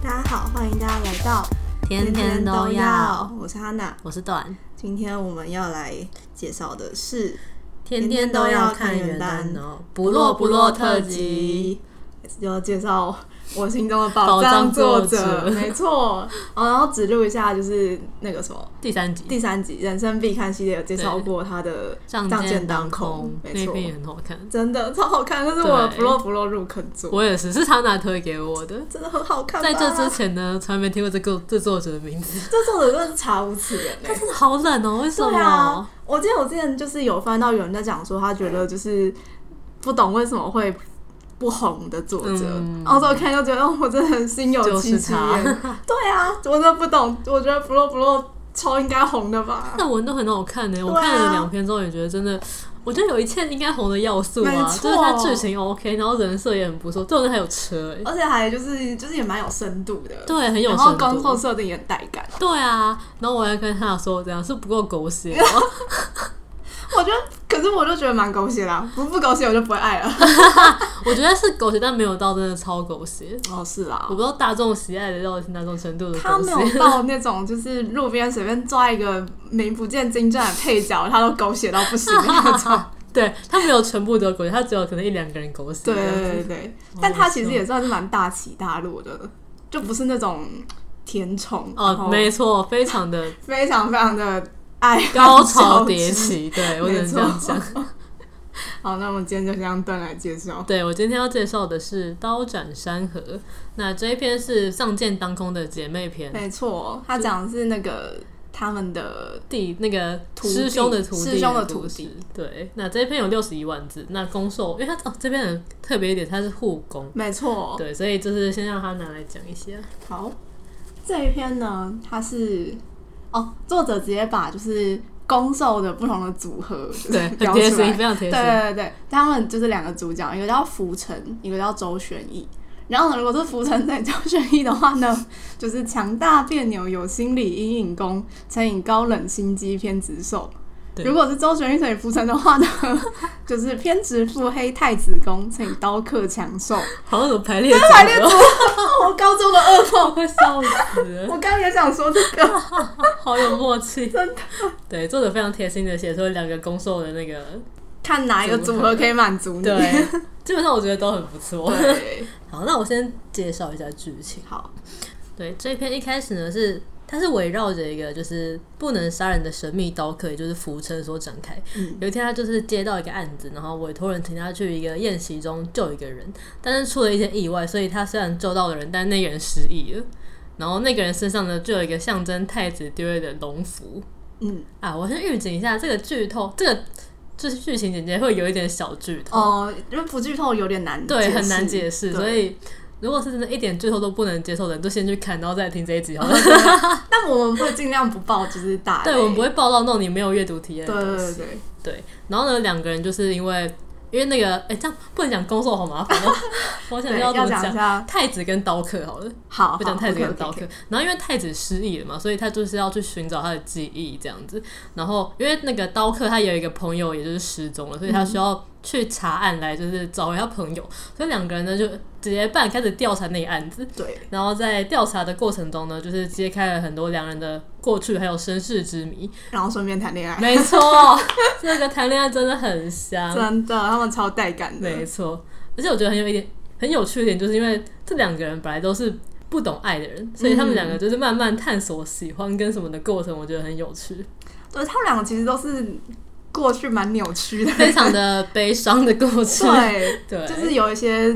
大家好，欢迎大家来到天天都要， 我是哈娜， 我是段。 今天我们要来介绍的是天天都要看元旦哦，不落不落特辑， 就要介绍我心中的宝藏作者，没错。然后指路一下，就是那个什么第三集人生必看系列有介绍过他的仗剑当空，没错， 那篇也很好看， 真的超好看，那是我的不落入坑作。 我也是他拿推给我的， 真的很好看吧。 在这之前呢，从来没听过这作者的名字。 这作者真的是查无此人， 他真的好冷哦，为什么？ 对啊，我记得我之前就是有翻到有人在讲说，他觉得就是不懂为什么会不红的作者，然后我看就觉得我真的很心有戚戚焉。对啊，我真的不懂，我觉得不落超应该红的吧。 那文都很好看呢，我看了2篇之后也觉得真的，我觉得有一切应该红的要素啊，就是它剧情 OK， 然后人设也很不错，最后还有车而且还就是也蛮有深度的， 对，很有深度， 然后工作设定也很带感。 对啊，然后我还跟他说这样是不够狗血我觉得，可是我就觉得蛮狗血啦，不狗血我就不会爱了。 我觉得是狗血，但没有到真的超狗血。 哦，是啦， 我不知道大众喜爱的到底是哪种程度的狗血。 他没有到那种就是路边随便抓一个名不见经传的配角，他都狗血到不行那种。 对，他没有全部都狗血，他只有可能1-2个人狗血。 对，但他其实也算是蛮大起大落的，就不是那种甜宠。 哦，没错，非常的非常的爱高潮迭起。对，我只能这样讲。 好，那我们今天就这样段来介绍。 对，我今天要介绍的是《刀斩山河》，那这一篇是仗剑当空的姐妹篇。 没错，他讲的是那个他们的那个师兄的徒弟。 对，那这一篇有61万字。那攻受，因为他这篇很特别一点，他是护攻。 没错。 对，所以就是先让他拿来讲一下。 好，这一篇呢，它是作者直接把就是攻受的不同的组合， 对，很贴心，非常贴心。 对，他们就是2个主角，一个叫浮沉，一个叫周玄义。然后呢，如果是浮沉对周玄义的话呢，就是强大别扭有心理阴影功乘以高冷心机偏执受。如果是周玄义乘以浮沉的话呢，就是偏执腹黑太子宫乘以刀客强受。 好像有排列组合， 我高中的噩梦， 会笑死了。 我刚刚也想说这个， 好有默契， 真的。 对，作者非常贴心的写出2个攻受的那个， 看哪一个组合可以满足你。 对，基本上我觉得都很不错。 对， 好，那我先介绍一下剧情。 好， 对，这一篇一开始呢它是围绕着一个就是不能杀人的神秘刀客，也就是浮沉所展开。有一天他就是接到一个案子，然后委托人请他去一个宴席中救一个人，但是出了一些意外，所以他虽然救到了人，但那个人失忆了。然后那个人身上呢就有一个象征太子丢位的龙符。我先预警一下，这个剧透，这个就是剧情简介会有一点小剧透因为不剧透有点难解释， 对，很难解释，所以如果是真的一点剧透都不能接受的人，就先去看，然后再听这一集好了。 但我们会尽量不爆，就是大雷。 对，我们不会爆到那种你没有阅读体验的东西。 对。 然后呢2个人就是因为那个这样不能讲攻受好麻烦哦。我想要怎么讲太子跟刀客好了。 好， 我讲太子跟刀客。然后因为太子失忆了嘛，所以他就是要去寻找他的记忆这样子。然后因为那个刀客他有一个朋友也就是失踪了，所以他需要去查案来就是找回他朋友，所以2个人呢就直接开始调查那个案子。 对， 然后在调查的过程中呢，就是揭开了很多2人的过去还有身世之谜， 然后顺便谈恋爱。 没错，这个谈恋爱真的很香， 真的，他们超带感的。 没错，而且我觉得很有趣的一点，就是因为这2个人本来都是不懂爱的人，所以他们2个就是慢慢探索喜欢跟什么的过程，我觉得很有趣。 对，他们2个其实都是过去蛮扭曲的， 非常的悲伤的过去。 对，就是有一些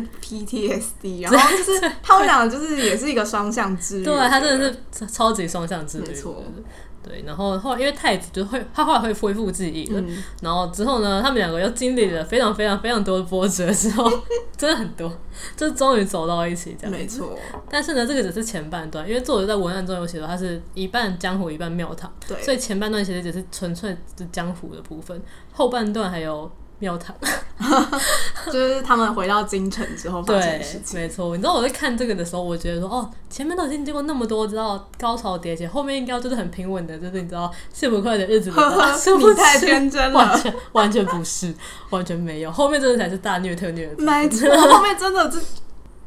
PTSD， 然后就是他们2个就是也是一个双向之旅。 对，他真的是超级双向之旅，没错。对，然后因为太子就他后来会恢复记忆了，然后之后呢，他们2个又经历了非常非常非常多的波折之后，真的很多，就终于走到一起这样。 没错。但是呢，这个只是前半段，因为作者在文案中有写到他是一半江湖一半庙堂，对，所以前半段其实只是纯粹是江湖的部分，后半段还有庙堂就是他们回到京城之后发生的事情。 对，没错。你知道我在看这个的时候，我觉得说前面都已经经过那么多，知道高潮迭起，后面应该就是很平稳的，就是你知道幸福快乐的日子了。 你太天真了， 完全不是，完全没有。后面真的才是大虐特虐的。 没错，后面真的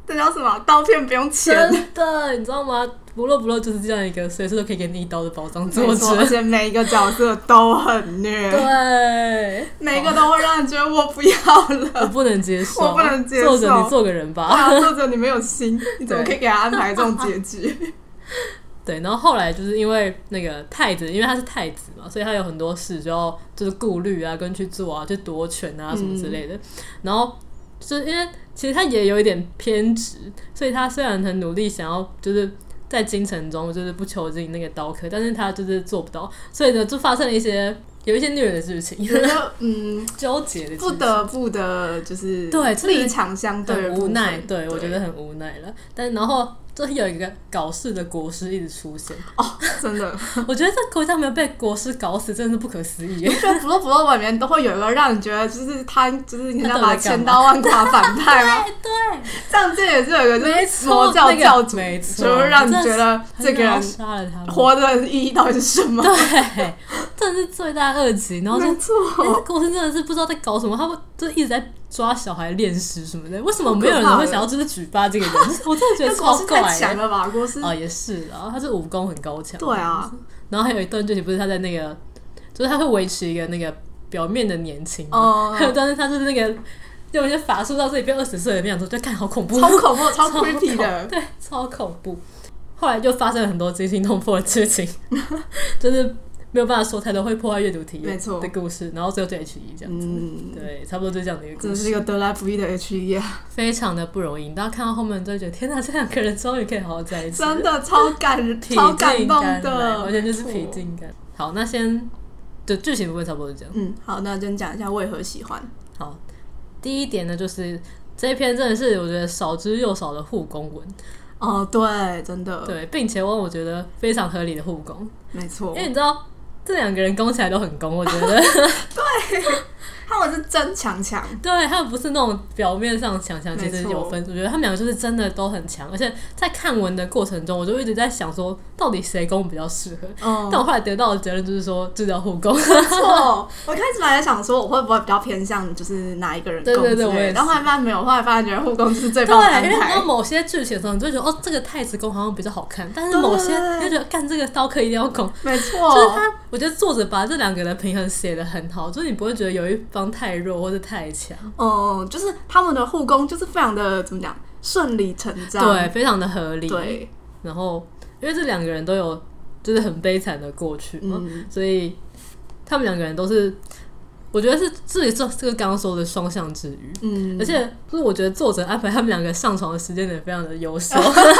这叫什么？刀片不用钱， 真的，你知道吗？不落就是这样一个随时都可以给你一刀的宝藏作者， 而且每一个角色都很虐， 对， 每一个都会让人觉得我不要了， 我不能接受， 我不能接受。 作者，你做个人吧。 作者，你没有心，你怎么可以给他安排这种结局？ 对，然后后来就是因为那个太子，因为他是太子嘛，所以他有很多事就要就是顾虑啊，跟去做啊，去夺权啊什么之类的。然后就是因为其实他也有一点偏执，所以他虽然很努力想要就是在京城中就是不囚禁那个刀客，但是他就是做不到，所以呢就发生了有一些虐的事情，纠结的事情， 不得不的就是对立场相对很无奈，对我觉得很无奈了。但然后就是有一个搞事的国师一直出现哦，真的， 我觉得这国家没有被国师搞死，真的是不可思议。 我觉得不落文里面都会有一个让你觉得就是他就是你要把千刀万剐反派吗？ 对， 上届也是有一个就是魔教教主， 没错， 就是让你觉得这个人杀了他活着的意义到底是什么？ 对，真的是罪大恶极。然后就没错， 国师真的是不知道在搞什么，他就一直在抓小孩练尸什么的。为什么没有人会想要就是举报这个人？我真的觉得超怪太强了吧，国师哦，也是啊，他是武功很高强。 对啊， 然后还有一段剧情不是他在那个，就是他会维持一个那个表面的年轻，还有但是他就是那个用一些法术到自己变20岁的样子，就看好恐怖， 超恐怖，超 creepy 的， 对，超恐怖。后来就发生了很多惊心动魄的剧情，就是没有办法说太多会破坏阅读体验的故事，然后最后就 H1 这样子，对，差不多就这样的一个故事。 真是一个得来不易的 H1 啊， 非常的不容易。大家看到后面就会觉得，天哪，这两个人终于可以好好在一起， 真的超感动的， 完全就是疲尽感。好，那先就剧情部分差不多是这样。 好，那先讲一下为何喜欢。 好，第一点呢，就是这一篇真的是我觉得少之又少的护工文。 哦，对，真的， 对，并且我觉得非常合理的护工， 没错， 因为你知道这两个人攻起来都很攻，我觉得对，他们是真强， 对，他们不是那种表面上强，其实有分。我觉得他们两个就是真的都很强，而且在看文的过程中，我就一直在想说，到底谁攻比较适合？但我后来得到的结论就是说，这叫护攻。 没错，我一开始本来想说，我会不会比较偏向就是哪一个人攻？ 对，我也是。 然后后来发现没有，后来发现觉得护攻就是最棒的安排。 对，因为到某些剧情的时候，你就会觉得哦，这个太子攻好像比较好看，但是某些你就觉得干这个刀客一定要攻。 没错， 就是我觉得作者把这两个人的平衡写得很好，就是你不会觉得有一方太弱或者太强。 就是他们的护攻就是非常的怎么讲，顺理成章， 对，非常的合理。 对， 然后因为这两个人都有就是很悲惨的过去嘛，所以他们两个人都是。我觉得是这个刚刚说的双向之余，而且就是我觉得作者安排他们两个上床的时间点非常的优秀，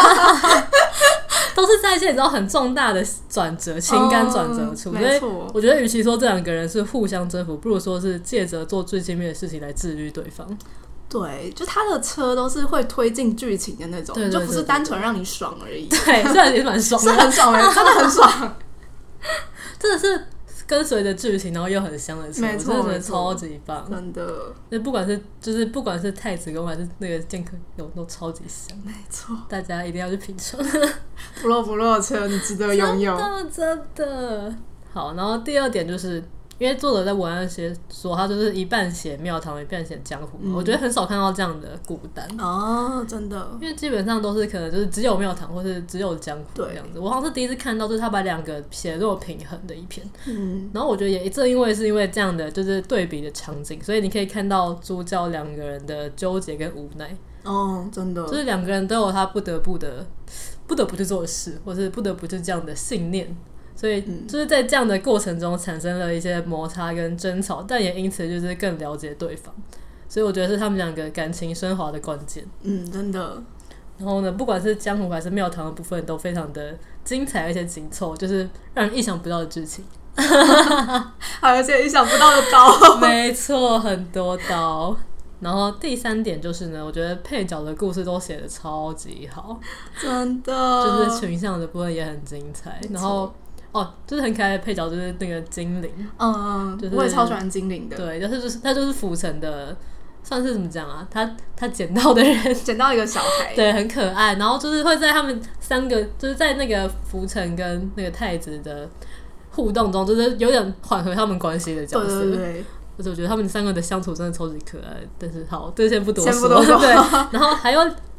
都是在一些你知道很重大的转折、情感转折处，所以我觉得与其说这两个人是互相征服，不如说是借着做最亲密的事情来治愈对方。 对，就他的车都是会推进剧情的那种， 对， 就不是单纯让你爽而已。 对，虽然也蛮爽的， 是很爽的，真的很爽， 真的是。跟随着剧情，然后又很香的车，我真的觉得超级棒， 真的。 那不管是太子宫还是那个剑客都超级香， 没错， 大家一定要去品尝。 不落的车，你值得拥有， 真的。好，然后第二点就是。因为作者在文案写说他就是一半写庙堂一半写江湖嘛，我觉得很少看到这样的孤单哦，真的，因为基本上都是可能就是只有庙堂或是只有江湖这样子。我好像是第一次看到就是他把两个写得这么平衡的一篇，然后我觉得也正因为是因为这样的就是对比的场景，所以你可以看到主角两个人的纠结跟无奈。 哦，真的， 就是两个人都有他不得不去做的事，或是不得不去这样的信念。所以就是在这样的过程中产生了一些摩擦跟争吵，但也因此就是更了解对方，所以我觉得是他们两个感情升华的关键。 真的。 然后呢，不管是江湖还是庙堂的部分都非常的精彩而且紧凑，就是让人意想不到的剧情， 还有一些意想不到的刀。 没错，很多刀。然后第三点就是呢，我觉得配角的故事都写得超级好， 真的， 就是群像的部分也很精彩。然后就是很可爱的配角，就是那个精灵，就是我也超喜欢精灵的。 对，他就是府城的，算是怎么讲啊？他捡到的人， 捡到一个小孩， 对，很可爱。然后就是会在他们三个，就是在那个府城跟那个太子的互动中，就是有点缓和他们关系的角色。 对。 就是我觉得他们三个的相处真的超级可爱，但是好，这先不多说。 对， 然后还有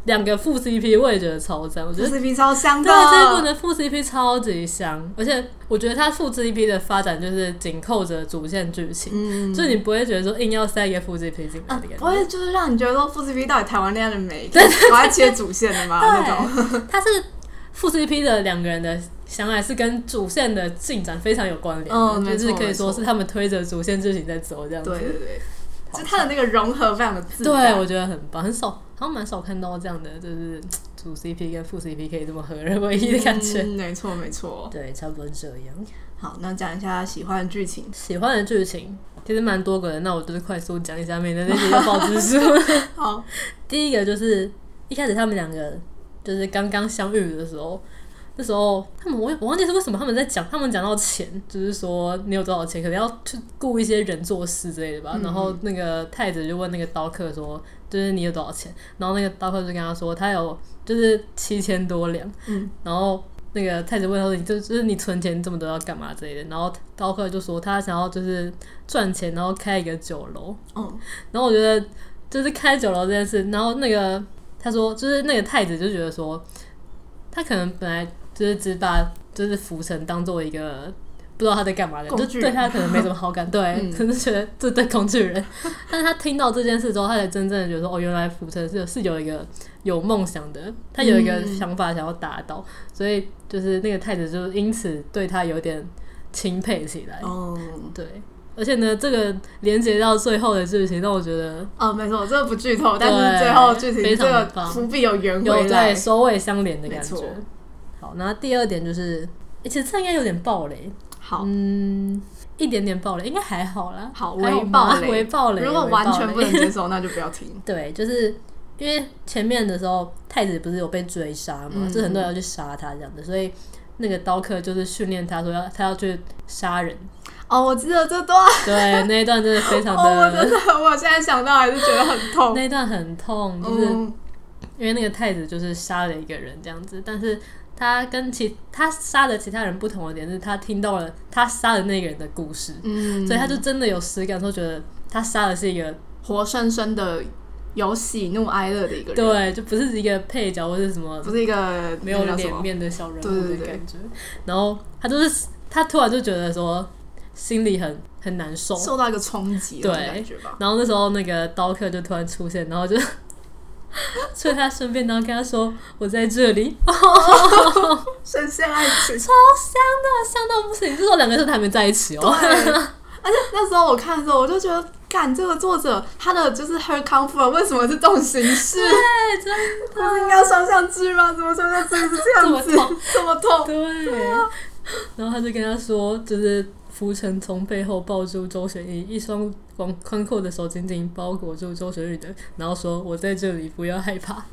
两个副 CP 我也觉得超赞，我觉得副 CP 超香的， 对，这一部的副 CP 超级香，而且我觉得它副 CP 的发展就是紧扣着主线剧情，就是你不会觉得说硬要塞一个副 CP 进来的感觉， 不会就是让你觉得说副 CP 到底台湾恋爱的美，我还切主线的吗？那种， 它是副 CP 的两个人的相爱是跟主线的进展非常有关联的，就是可以说是他们推着主线剧情在走这样子， 对对对。就它的那个融合非常的自然， 对，我觉得很棒，很少，好像蛮少看到这样的，就是主 CP 跟副 CP 可以这么合二为一的感觉。 没错没错， 对，差不多这样。 好，那讲一下喜欢的剧情。 喜欢的剧情其实蛮多个的，那我就是快速讲一下，免得那些要爆知识。 好， 第一个就是一开始他们两个就是刚刚相遇的时候。那时候他们我忘记是为什么他们在讲，他们讲到钱，就是说你有多少钱，可能要去雇一些人做事之类的吧。然后那个太子就问那个刀客说，就是你有多少钱？然后那个刀客就跟他说，他有就是7000多两。然后那个太子问他说，就是你存钱这么多要干嘛之类的？然后刀客就说他想要就是赚钱，然后开一个酒楼。然后我觉得就是开酒楼这件事，然后那个他说就是那个太子就觉得说，他可能本来就是只把就是浮尘当做一个不知道他在干嘛的人，就对他可能没什么好感，对，可能觉得这对工具人。但是他听到这件事之后，他才真正的觉得说，哦，原来浮尘是有一个有梦想的，他有一个想法想要达到，所以就是那个太子就因此对他有点钦佩起来。对。而且呢，这个连接到最后的剧情，让我觉得没错，这个不剧透，但是最后剧情这个伏笔有圆回来， 对，首尾相连的感觉。好，那第二点就是，其实这应该有点爆雷。 好， 一点点爆雷，应该还好啦。 好，微爆雷， 微爆雷。 如果完全不能接受，那就不要听。 对，就是因为前面的时候，太子不是有被追杀嘛，就很多人要去杀他这样的，所以那个刀客就是训练他说他要去杀人。 我记得这段， 对，那一段真的非常的， 我现在想到还是觉得很痛。 那一段很痛，就是因为那个太子就是杀了一个人这样子，但是他跟他杀的其他人不同的点是，他听到了他杀的那个人的故事，所以他就真的有实感，说觉得他杀的是一个活生生的有喜怒哀乐的一个人， 对，就不是一个配角或是什么， 不是一个没有脸面的小人物的感觉。然后他突然就觉得说心里很难受， 受到一个冲击的感觉吧。 然后那时候那个刀客就突然出现，然后就所以他顺便然后跟他说我在这里， 深陷爱情， 超香的，香到不行。这时候两个人还没在一起哦。 而且那时候我看的时候，我就觉得，干这个作者他的就是 her comfort 为什么是这种形式？ 对，真的， 不是应该双向剧吗？怎么双向剧是这样子，这么痛？ 对啊。然后他就跟他说，就是浮尘从背后抱住周旋逸，一双宽阔的手紧紧包裹住周旋逸的，然后说：“我在这里，不要害怕。”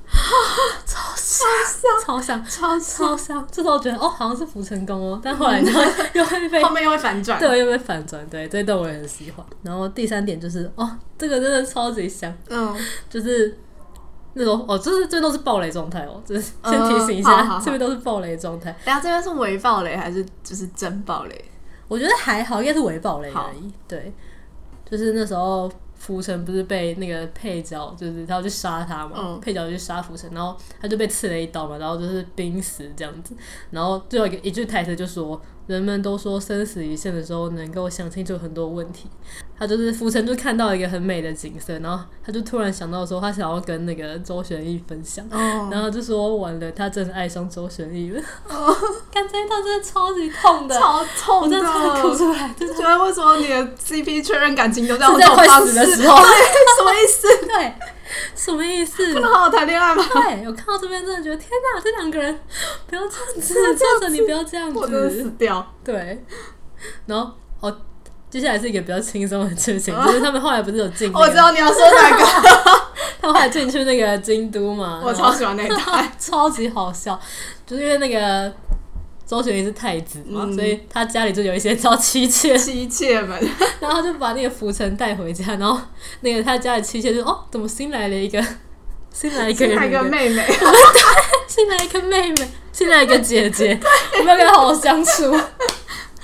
超香！这时候觉得好像是浮尘功哦，但后来又会被后面又会反转， 对，又会反转，对，这一段我也很喜欢。然后第三点就是这个真的超级香，就是那种就是这都是爆雷状态就是先提醒一下，这边都是爆雷状态。 等一下这边是微爆雷还是就是真爆雷？ 我觉得还好，应该是微爆雷而已。对，就是那时候浮尘不是被那个配角，就是他要去杀他嘛，配角就去杀浮尘，然后他就被刺了一刀嘛，然后就是濒死这样子。然后最后一句台词就说：“人们都说生死一线的时候能够想清楚很多问题。”他就是浮尘就看到一个很美的景色，然后他就突然想到说他想要跟那个周旋逸分享，然后就说完了，他真的爱上周旋逸了。看这一段真的超级痛的， 超痛的， 我真的差点哭出来。 就觉得为什么你的 CP 确认感情都这样在快死的时候， 对，什么意思？ 对，什么意思？ 不能好好谈恋爱吗？ 对，我看到这边真的觉得天哪，这两个人不要这样子，作者你不要这样子， 我真的死掉。 对，然后接下来是一个比较轻松的剧情，就是他们后来不是有进、 我知道你要说哪个， 他们后来进去那个京都嘛， 我超喜欢那一段， 超级好笑，就是因为那个周旋逸是太子嘛，所以他家里就有一些叫妻妾们， 然后就把那个浮尘带回家，然后那个他家的妻妾就怎么新来一个妹妹， 新来一个妹妹，新来一个姐姐，有没有跟他好好相处？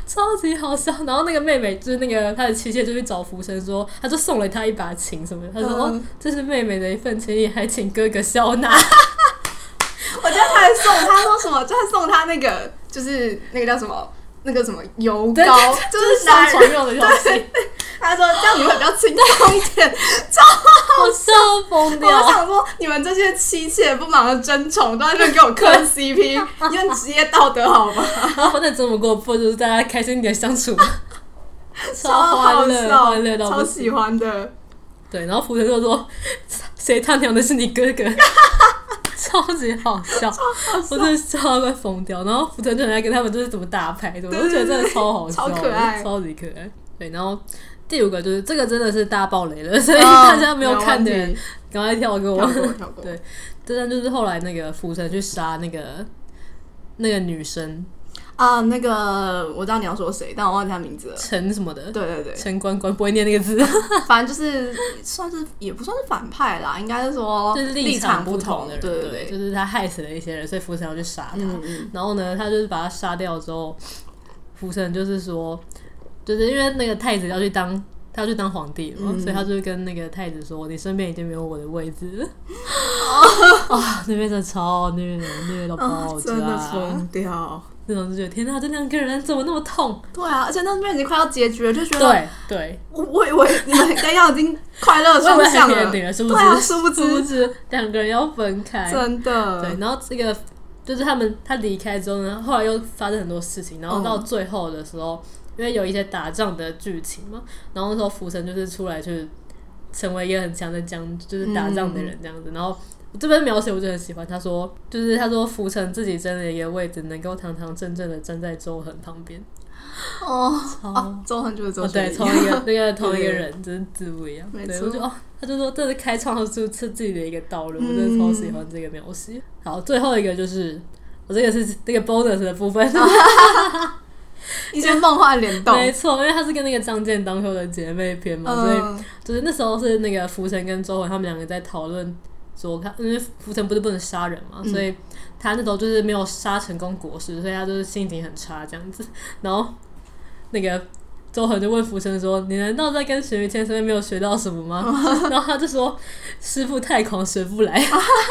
超级好笑。然后那个妹妹就是那个她的妻妾就去找福神说，她就送了她一把琴什么的，她说、哦，这是妹妹的一份情谊，还请哥哥笑纳。 我觉得他还送他说什么，就还送他那个就是那个叫什么那个什么油膏，就是上床用的东西。 他说这样你会比较轻松一点，超好笑疯掉。 我想说你们这些妻妾不忙的争宠，都在那边给我磕 CP， 你们职业道德好吗？ 然后反正这么过分，就是大家开心一点相处， 超欢乐，欢乐到超喜欢的。 对，然后福神就说：“谁他娘的是你哥哥？”超级好笑，我真的笑到快疯掉。然后福神就很爱跟他们就是怎么打牌的，我就觉得真的超好笑， 超可爱， 超级可爱。对，然后第5个就是这个真的是大爆雷了，所以大家没有看的人赶快跳过。 跳过。 对，这段就是后来那个福神去杀那个女生。 啊，那个我知道你要说谁，但我忘记他名字了。 陈什么的， 对， 陈关不会念那个字， 反正就是算是也不算是反派啦，应该是说就是立场不同的人， 对， 就是他害死了一些人，所以福神要去杀他。然后呢，他就是把他杀掉之后，福神就是说，就是因为那个太子要去当皇帝了嘛，所以他就跟那个太子说：“你身边已经没有我的位置了。”那边真的超虐到爆炸， 真的疯掉。 那种就觉得天哪，这2个人怎么那么痛？ 对啊，而且那边已经快要结局了，就觉得对， 我以为你们应该已经快乐双向了， 殊不知2个人要分开， 真的。 对，然后这个就是他离开之后呢，后来又发生很多事情，然后到最后的时候，因为有一些打仗的剧情嘛，然后那时候福神就是出来去成为一个很强的就是打仗的人这样子，然后。这边描写我就很喜欢，他说福成自己争了一个位置，能够堂堂正正的站在周恒旁边。 周恒就是周对，同一个人，真是字不一样。对，我就他就说这是开创出自己的一个道路，我真的超喜欢这个描写。好，最后一个就是我这个是那个 bonus 的部分。 一些梦幻联动， 没错，因为他是跟那个张健当后的姐妹篇嘛，所以就是那时候是那个福成跟周恒他们2个在讨论。因为福成不是不能杀人嘛，所以他那时候就是没有杀成功果实，所以他就是心情很差这样子。然后那个周恒就问福成说：“你难道在跟玄宇谦身边没有学到什么吗？”然后他就说：“师父太狂，学不来。”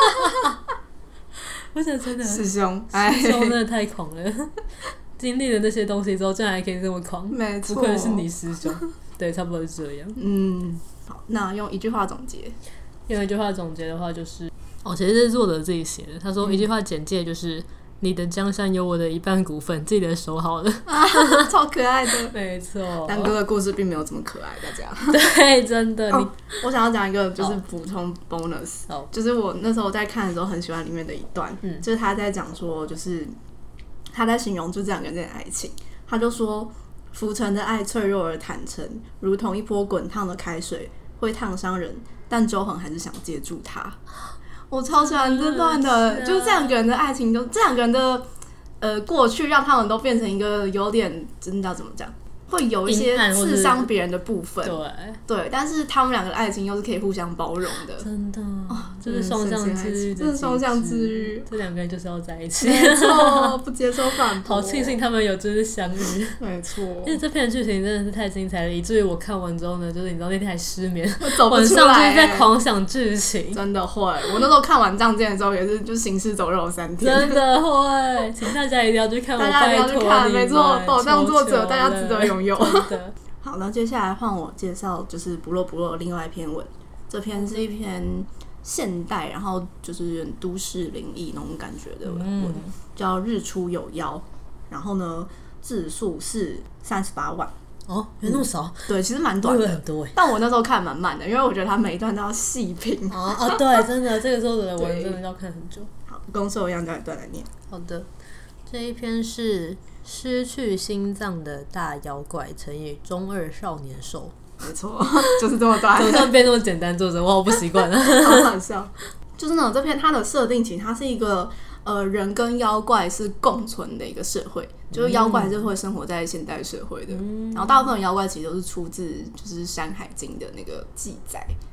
我想真的师兄真的太狂了，经历了那些东西之后，竟然还可以这么狂， 没错， 不愧是你师兄。对，差不多是这样。 好，那用一句话总结。 用一句话总结的话就是，其实是作者自己写的。他说一句话简介就是：你的江山有我的一半股份，记得守好了。 超可爱的， 没错。 丹哥的故事并没有这么可爱，大家。 对，真的。 我想要讲一个就是补充 bonus，就是我那时候在看的时候很喜欢里面的一段，就是他在讲说，就是他在形容就这2个人的爱情，他就说浮沉的爱脆弱而坦诚，如同一波滚烫的开水，会烫伤人。但周恒还是想接住他，我超喜欢这段的，就是这2个人的爱情，这2个人的过去，让他们都变成一个有点真的怎么讲，会有一些刺伤别人的部分，对，但是他们2个的爱情又是可以互相包容的， 真的，这是双向治愈， 这是双向治愈， 这2个人就是要在一起， 没错，不接受反驳， 好庆幸他们有就是相遇， 没错， 因为这片剧情真的是太精彩了，以至于我看完之后呢，就是你知道那天还失眠， 我走不出来， 晚上就是在狂想剧情， 真的会，我那时候看完《仗剑》的时候也是就行尸走肉3天， 真的会，请大家一定要去看， 大家一定要去看，没错，宝藏作者，大家值得拥有。好，那接下来换我介绍，就是不落的另外一篇文。这篇是一篇现代，然后就是都市灵异那种感觉的文，叫《日出有妖》。然后呢，字数是38万。 原来那么少？ 对，其实蛮短的， 很多耶。 但我那时候看蛮慢的，因为我觉得他每一段都要细品。 对，真的，这个时候的文真的要看很久。 好，公受一样，叫一段来念。 好的，这一篇是。失去心脏的大妖怪乘以中2少年兽， 没错，就是这么短。 怎么突然变这么简单？作者，我好不习惯了， 好好笑。就是呢，这篇它的设定其实它是一个人跟妖怪是共存的一个社会，就是妖怪是会生活在现代社会的，然后大部分的妖怪其实都是出自就是《山海经》的那个记载。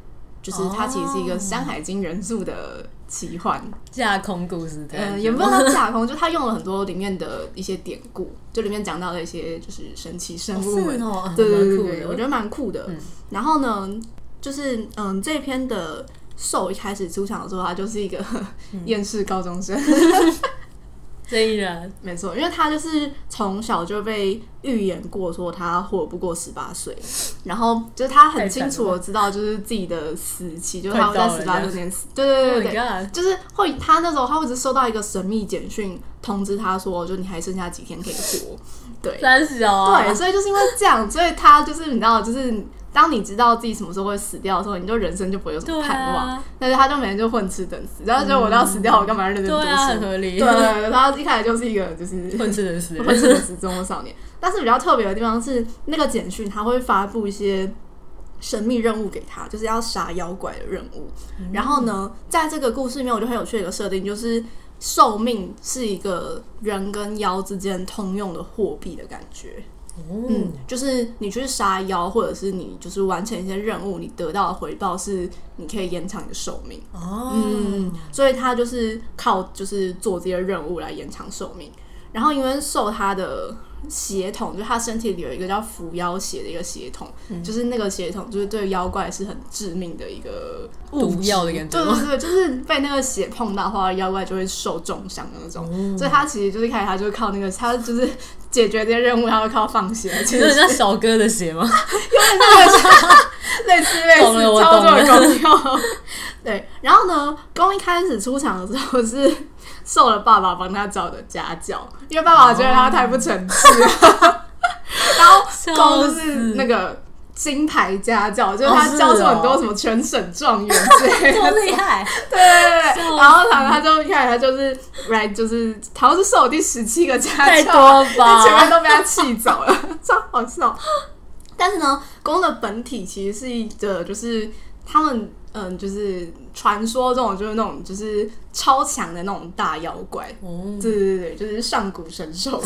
就是它其实是一个《山海经》元素的奇幻架空故事的， 也不是说架空，就他用了很多里面的一些典故，就里面讲到的一些就是神奇生物们，对对对，我觉得蛮酷的。然后呢，就是这一篇的兽一开始出场的时候，他就是一个厌世高中生。 虽然没错，因为他就是从小就被预言过说他活不过18岁，然后就是他很清楚的知道就是自己的死期，就是他会在18岁年死。对对对对对，就是会他那时候他会只收到一个神秘简讯通知他说，就你还剩下几天可以活。对 ，30啊， 对，所以就是因为这样，所以他就是你知道，就是当你知道自己什么时候会死掉的时候，你就人生就不会有什么盼望。但是他就每天就混吃等死，然后就我要死掉，我干嘛认真读书？ 对啊，很合理。 对，他一开始就是一个就是混吃等死、 混吃等死中的少年。但是比较特别的地方是，那个简讯他会发布一些神秘任务给他，就是要杀妖怪的任务。然后呢，在这个故事里面，我就很有趣的一个设定，就是寿命是一个人跟妖之间通用的货币的感觉。就是你去杀妖，或者是你就是完成一些任务，你得到的回报是你可以延长你的寿命。所以他就是靠就是做这些任务来延长寿命。然后因为受他的血统，就是他身体里有一个叫伏妖血的一个血统，就是那个血统就是对妖怪是很致命的一个毒药的感觉。 对对对，就是被那个血碰到的话，妖怪就会受重伤的那种。所以他其实就是开始他就是靠那个，他就是解决这些任务，他会靠放血。其实像小哥的血吗？ 有点那个类似操作的功用。对，然后呢，公一开始出场的时候是受了爸爸帮他找的家教，因为爸爸觉得他太不成器了。然后公就是那个金牌家教，就是他教出很多什么全省状元之类的， 多厉害！ 对对对，然后他就一开始他就是来就是好像是受第17个家教， 太多吧， 前面都被他气走了，超好笑。但是呢，公的本体其实是一个就是他们就是传说这种就是那种就是超强的那种大妖怪，对对对，就是上古神兽。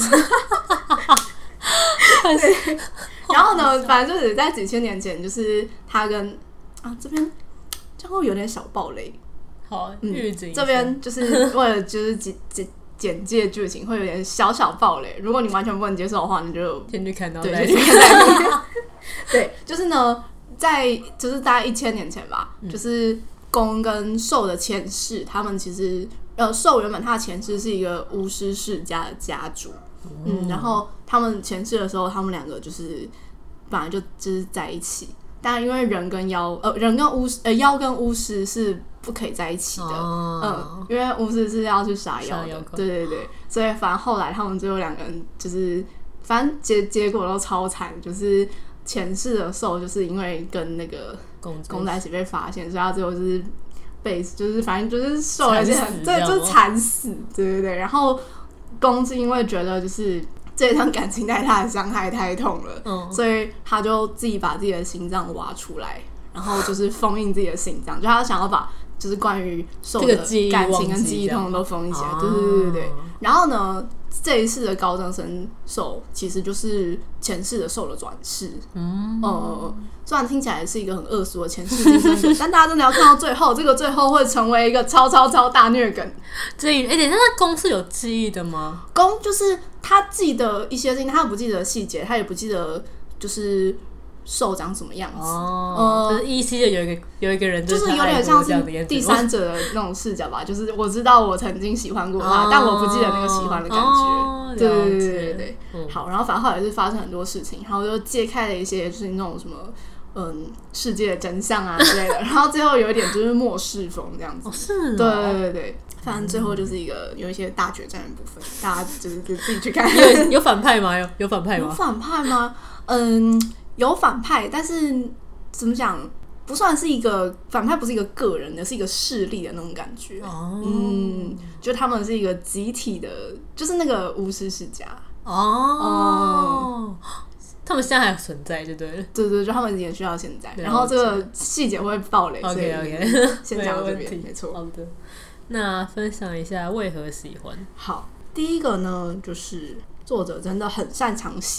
对，然后呢，反正就是在几千年前，就是他跟这边这样会有点小暴雷， 好，预警这边就是为了就是简介剧情会有点小小暴雷，如果你完全不能接受的话，你就先去看到对，先去看到对，就是呢，就是大概1000年前吧，就是公跟受的前世，他们其实受原本他的前世是一个巫师世家的家主。然后他们前世的时候，他们两个就是本来就是在一起，但因为人跟妖跟巫师是不可以在一起的，因为巫师是要去杀妖的，对对对，所以反正后来他们最后两个人就是反正结果都超惨，就是前世的兽就是因为跟那个公在一起被发现，所以他最后就是被就是反正就是受了一些对，就是惨死，对对对，然后。公是因为觉得就是这一段感情带他的伤害太痛了，所以他就自己把自己的心脏挖出来，然后就是封印自己的心脏，就他想要把就是关于受的感情跟记忆通通都封印起来，对对对对。然后呢，这一次的高中生受其实就是前世的受的转世，虽然听起来是一个很恶俗的前世今生梗，但大家真的要看到最后，这个最后会成为一个超大虐梗。 等一下，那公是有记忆的吗？ 公就是他记得一些事情，他不记得细节，他也不记得就是受长什么样子。 就是依稀的有一个人， 就是有点像是第三者的那种视角吧。就是我知道我曾经喜欢过他，但我不记得那个喜欢的感觉。对对对对对。好，然后反正后来是发生很多事情，然后就揭开了一些就是那种什么。世界的真相啊之类的，然后最后有一点就是末世风这样子。 是对对对对，反正最后就是有一些大决战的部分，大家就是自己去看。 有反派吗？有反派吗？ 有反派吗？有反派，但是怎么讲？不算是一个反派，不是一个个人的，是一个势力的那种感觉。就他们是一个集体的，就是那个巫师世家。 他们现在还存在就对了， 对，就他们延续到现在，然后这个细节会爆雷，所以先讲到这边，没错。 好的，那分享一下为何喜欢。 好，第一个呢，就是作者真的很擅长写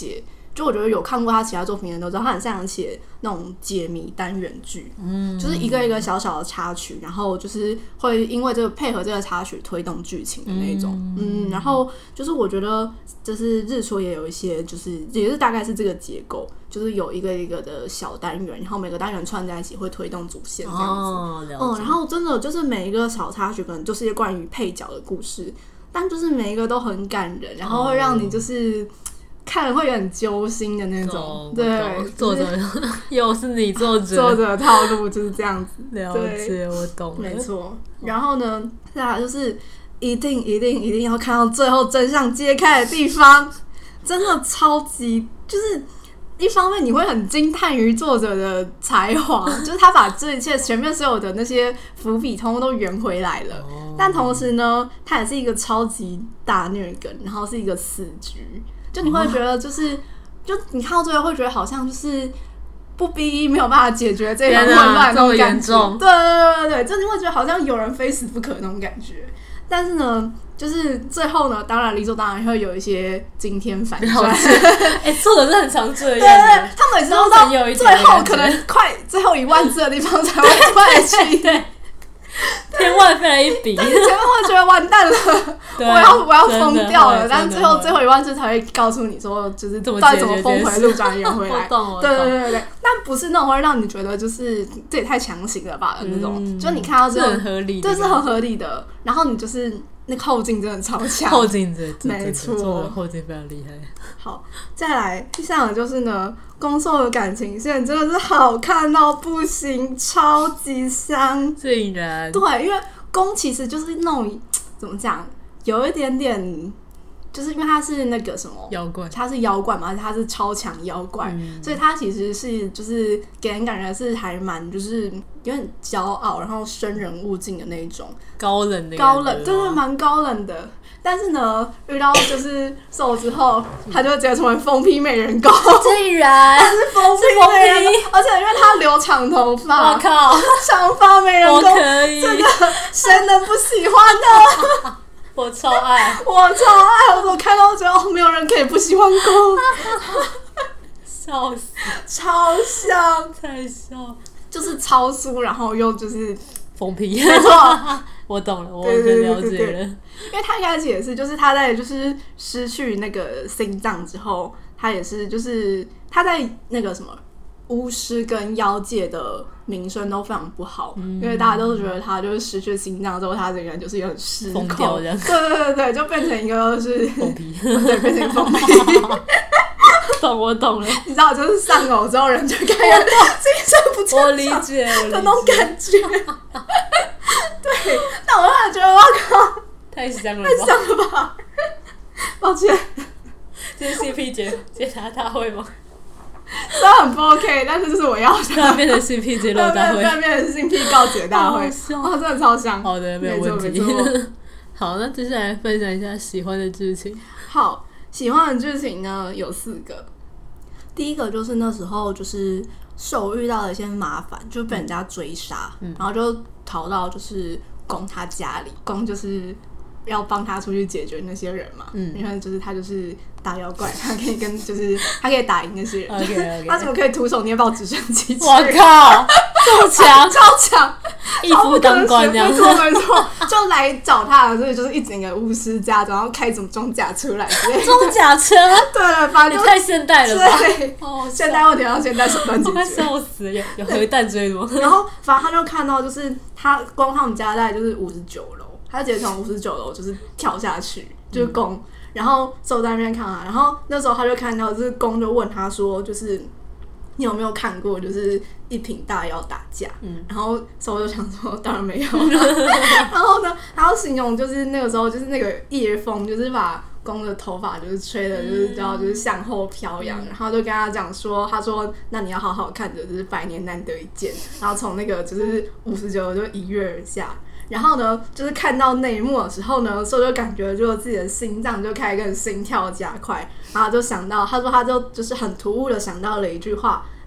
就我觉得有看过他其他作品的人都知道，他很擅长写那种解谜单元剧，就是一个一个小小的插曲，然后就是会因为这个配合这个插曲推动剧情的那种，然后就是我觉得就是日出也有一些，就是也是大概是这个结构，就是有一个一个的小单元，然后每个单元串在一起会推动主线这样子，然后真的就是每一个小插曲可能就是关于配角的故事，但就是每一个都很感人，然后会让你就是看了会有点揪心的那种。对， 作者又是你作者的套路就是这样子。 了解，我懂了， 没错。然后呢，再来就是一定要看到最后真相揭开的地方，真的超级就是。一方面你会很惊叹于作者的才华，就是他把这一切前面所有的那些伏笔通通都圆回来了，但同时呢，他也是一个超级大虐梗，然后是一个死局，就你会觉得就是就你看到最后会觉得好像就是不逼没有办法解决这场混乱那种感觉，对，就你会觉得好像有人非死不可那种感觉。但是呢，就是最后呢，当然理所当然会有一些惊天反转。 作者是很常这样， 对，他每次都到最后可能快最后10000字的地方才会快去， 对，天外飞来一笔， 但是前面会觉得完蛋了，我要疯掉了，但最后10000字才会告诉你说，就是到底怎么峰回路转圆回来。对，但不是那种会让你觉得就是这也太强行了吧的那种，就你看到这种很合理， 对，是很合理的。然后你就是那个后劲真的超强， 后劲没错， 后劲非常厉害。 好，再来第三个就是呢，攻受的感情线真的是好看到不行，超级香， 竟然对，因为攻其实就是那种怎么讲，有一点点。就是因为他是那个什么妖怪， 他是妖怪嘛，而且他是超强妖怪，所以他其实是就是给人感觉是还蛮就是有点骄傲，然后生人勿近的那一种高冷的高冷，对，蛮高冷的。但是呢，遇到就是受之后，他就直接成为疯批美人攻， 竟然他是疯批美人攻，而且因为他留长头发， 我靠， 长发美人攻，这个谁能不喜欢呢？ 我超爱， 我看到觉得没有人可以不喜欢攻， 笑死， 超像， 太笑， 就是超酥，然后又就是疯批， 没错， 我懂了，我完全了解了。 因为他一开始也是，就是他在就是失去那个心脏之后，他也是就是他在那个什么。巫师跟妖界的名声都非常不好，因为大家都觉得他就是失去心脏之后，他这个人就是有点失控，对，就变成一个就是疯批， 对，变成一个疯批。 我懂了， 你知道，就是丧偶之后人就开始精神不正常， 我理解的那种感觉。对，但我后来觉得，我靠， 太香了吧！抱歉， 这是 CP 解答大会吗？ 虽然很不 OK， 但是这是我要的。 突然变成 CP 揭露大会， 突然变成 CP 告解大会，哇，真的超香。 好的，没有问题。好，那接下来分享一下喜欢的剧情。 好，喜欢的剧情呢有4个。第一个就是那时候就是受遇到了一些麻烦，就被人家追杀，然后就逃到就是攻他家里，攻就是要帮他出去解决那些人嘛，因为就是他就是大妖怪，他可以就是他可以打赢那些人。 Okay. 他怎么可以徒手捏爆直升机？ 我靠，这么强， 超强， 一夫当关这样。 没错，就来找他，所以就是一整个巫师家，然后开什么装甲车来之类的。 装甲车？ 对，反正也太现代了吧？ 对，现代问题要现代手段解决。 快笑死了，有核弹追吗？ 然后反正他就看到，就是他光他们家在就是59楼。他直接从59楼就是跳下去，就是攻，然后受在那边看他，然后那时候他就看到，就是攻就问他说，就是你有没有看过，就是一品大妖打架？然后受就想说，当然没有。然后呢，他要形容就是那个时候就是那个夜风，就是把攻的头发就是吹的，就是就是向后飘扬，然后就跟他讲说，他说那你要好好看着，就是100年难得一见，然后从那个就是59楼就一跃而下。然后呢，就是看到那一幕的时候呢，所以就感觉就自己的心脏就开始跟心跳加快，然后就想到，他说他就是很突兀的想到了一句话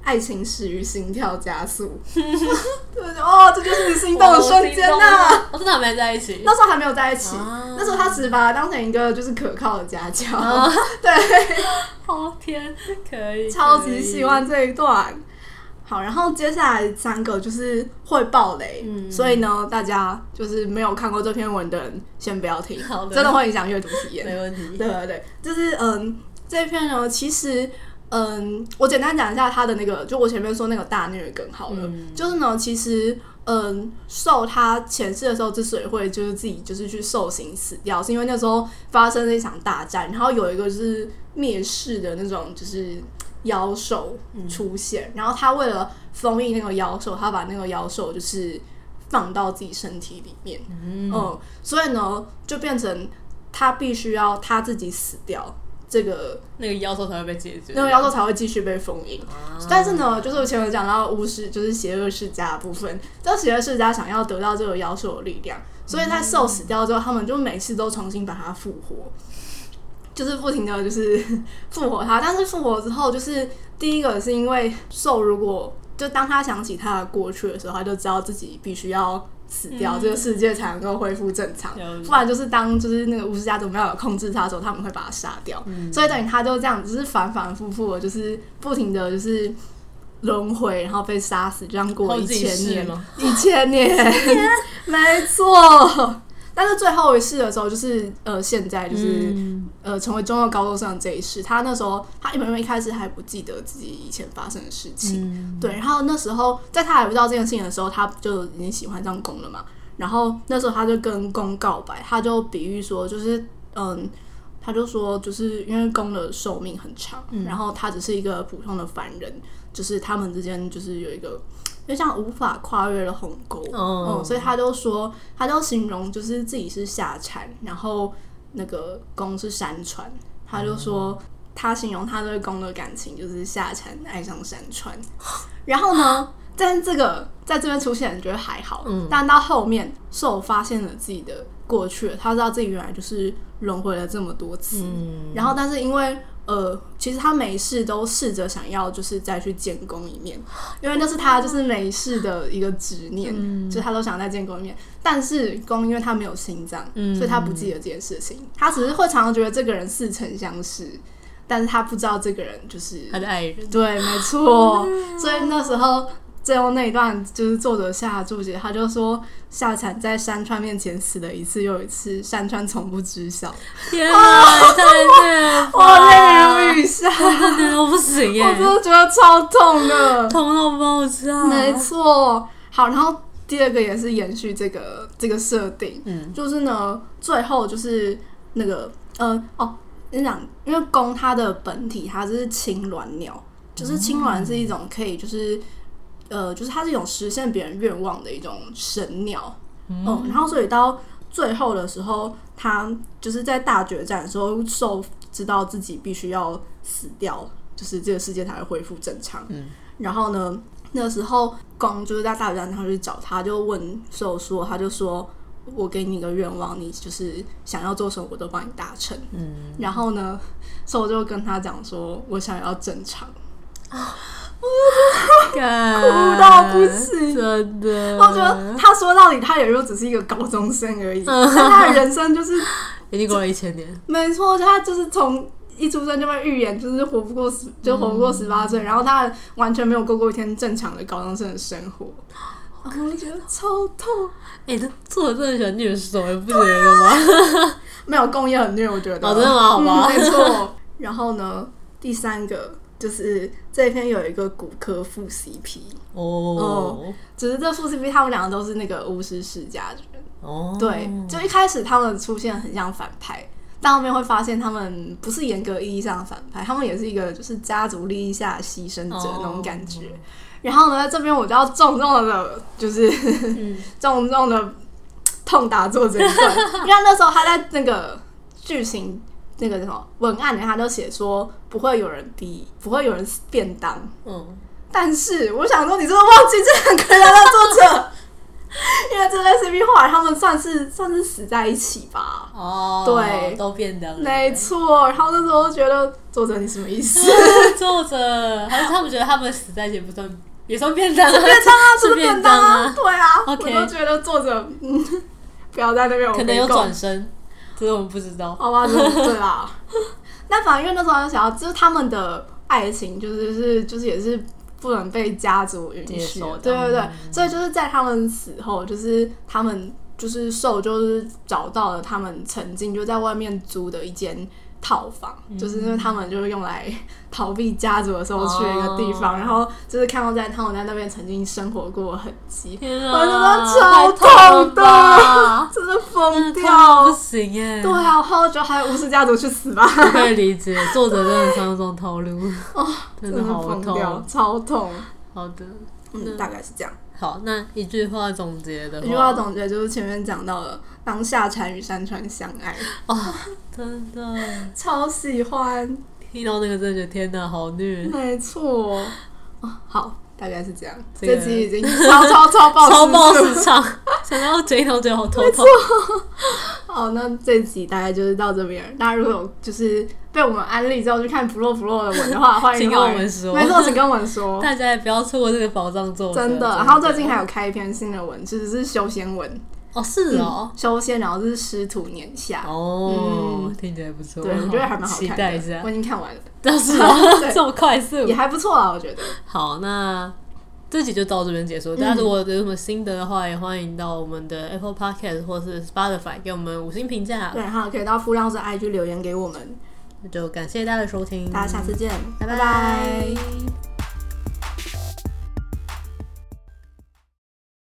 爱情始于心跳加速，哦，这就是你心动的瞬间呐！ 我真的还没在一起， 那时候还没有在一起，那时候他只是把他当成一个就是可靠的家教，对， 哦天，可以， 超级喜欢这一段。好，然后接下来3个就是会爆雷，所以呢，大家就是没有看过这篇文的人先不要听，真的会影响阅读体验， 没问题。 对对对，就是这一篇呢，其实我简单讲一下他的那个，就我前面说那个大虐梗好了，就是呢，其实受他前世的时候之所以会就是自己就是去受刑死掉，是因为那时候发生了一场大战，然后有一个就是灭世的那种就是妖兽出现，然后他为了封印那个妖兽，他把那个妖兽就是放到自己身体里面，所以呢就变成他必须要他自己死掉， 那个妖兽才会被解决， 那个妖兽才会继续被封印。但是呢，就是我前面讲到巫师就是邪恶世家的部分，这邪恶世家想要得到这个妖兽的力量，所以在兽死掉之后，他们就每次都重新把它复活。就是不停的就是复活他，但是复活之后，就是第一个是因为兽如果就当他想起他的过去的时候，他就知道自己必须要死掉，这个世界才能够恢复正常，不然就是当就是那个巫师家族没有控制他的时候，他们会把他杀掉，所以等于他就这样只是反反复复的，就是不停的就是轮回，然后被杀死，这样过1000年，1000年，没错。但是最后一世的时候，就是现在就是成为中二高中生的这一世，他那时候他因为一开始还不记得自己以前发生的事情，对，然后那时候在他还不知道这件事情的时候，他就已经喜欢上公了嘛，然后那时候他就跟公告白，他就比喻说就是他就说就是因为公的寿命很长，然后他只是一个普通的凡人，就是他们之间就是有一个就像无法跨越的鸿沟，所以他就说，他就形容就是自己是下蝉，然后那个公是山川，他就说他形容他对公的感情就是下蝉爱上山川，然后呢，但这个在这边出现，觉得还好，但到后面兽发现了自己的过去，他知道自己原来就是轮回了这么多次，然后但是因为其实他每世都试着想要就是再去见公一面，因为那是他就是每世的一个执念，就是他都想再见公一面。但是公因为他没有心脏，所以他不记得这件事情，他只是会常常觉得这个人似曾相识，但是他不知道这个人就是他的爱人。 对，没错。所以那时候最后那一段就是作者下的注解，他就说夏蝉在山川面前死了一次又一次，山川从不知晓。 天啊，太对了吧， 我泪如雨下， 真的不行耶， 我真的觉得超痛的， 痛到爆炸。 没错。好，然后第二个也是延续这个设定，就是呢，最后就是那个跟你讲，因为公它的本体它是青鸾鸟，就是青鸾是一种可以就是它是一种实现别人愿望的一种神鸟，然后所以到最后的时候，他就是在大决战的时候，兽知道自己必须要死掉，就是这个世界才会恢复正常。然后呢，那个时候公就是在大决战，他去找他，就问兽说，他就说，我给你一个愿望，你就是想要做什么我都帮你达成。然后呢，兽就跟他讲说，我想要正常。哭到不行， 真的。 我觉得他说到底，他也就只是一个高中生而已，但他的人生就是已经过了1000年。 没错，他就是从一出生就被预言，就是活不过18岁，然后他完全没有过一天正常的高中生的生活。我觉得超痛。 这作者真的喜欢虐手，你不觉得吗？ 没有，公也很虐，我觉得。 真的吗？好吧， 没错。然后呢，第3个。就是这一篇有一个骨科副 CP 只是这副 CP 他们两个都是那个巫师世家的人对，就一开始他们出现很像反派，但后面会发现他们不是严格意义上的反派，他们也是一个就是家族利益下的牺牲者那种感觉。然后呢，在这边我就要重重的，就是重重的痛打作者一顿，因为那时候他在那个剧情。那个什么文案里面他就写说不会有人便当，但是我想说你是不是忘记这2个人的作者？ 因为这对 CP 后来他们算是死在一起吧。 哦， 对， 都变凉了， 没错。然后那时候觉得作者你什么意思？ 作者还是他们觉得他们死在一起不算也算便当啊？ 是便当啊， 是便当啊， 对啊。 OK， 我都觉得作者不要在那边， 可能有转身，这个我们不知道。 好吧，对啦。但反正因为那时候就想要，就是他们的爱情就是也是不能被家族允许，对对对，所以就是在他们死后，就是他们就是受就是找到了他们曾经就在外面租的一间套房，就是因为他们就是用来逃避家族的时候去的一个地方，然后就是看到他们在那边曾经生活过的痕迹，我觉得超痛的，真的疯掉， 不行耶！ 对啊，然后就还有吴氏家族去死吧， 我可以理解，作者真的常用这种套路，真的好疯掉， 痛， 超痛。 好的， 大概是这样。 好，那一句话总结的话， 一句话总结就是前面讲到了当夏蝉与山川相爱， 真的超喜欢， 听到那个真的觉得天哪，好虐， 没错。好，大概是这样。这集已经超爆市场，想到这一条觉得好头痛。 好，那这集大概就是到这边。大家如果有就是被我们安利之后去看不落的文的话，欢迎跟我们说。 没错，请跟我们说。 大家也不要错过这个宝藏作者。 真的，然后最近还有开一篇新的文，其实是修仙文。 哦，是哦， 修仙，然后是师徒年下。 哦，听起来不错。 对，我觉得还蛮好看的。 期待一下。 我已经看完了。 但是这么快速， 也还不错啦，我觉得。 好，那这集就到这边结束。大家如果有什么心得的话，也欢迎到我们的 Apple Podcast 或是 Spotify 给我们5星评价。 对，然后可以到敷浪者 IG 留言给我们。 那就感谢大家的收听， 大家下次见，拜拜。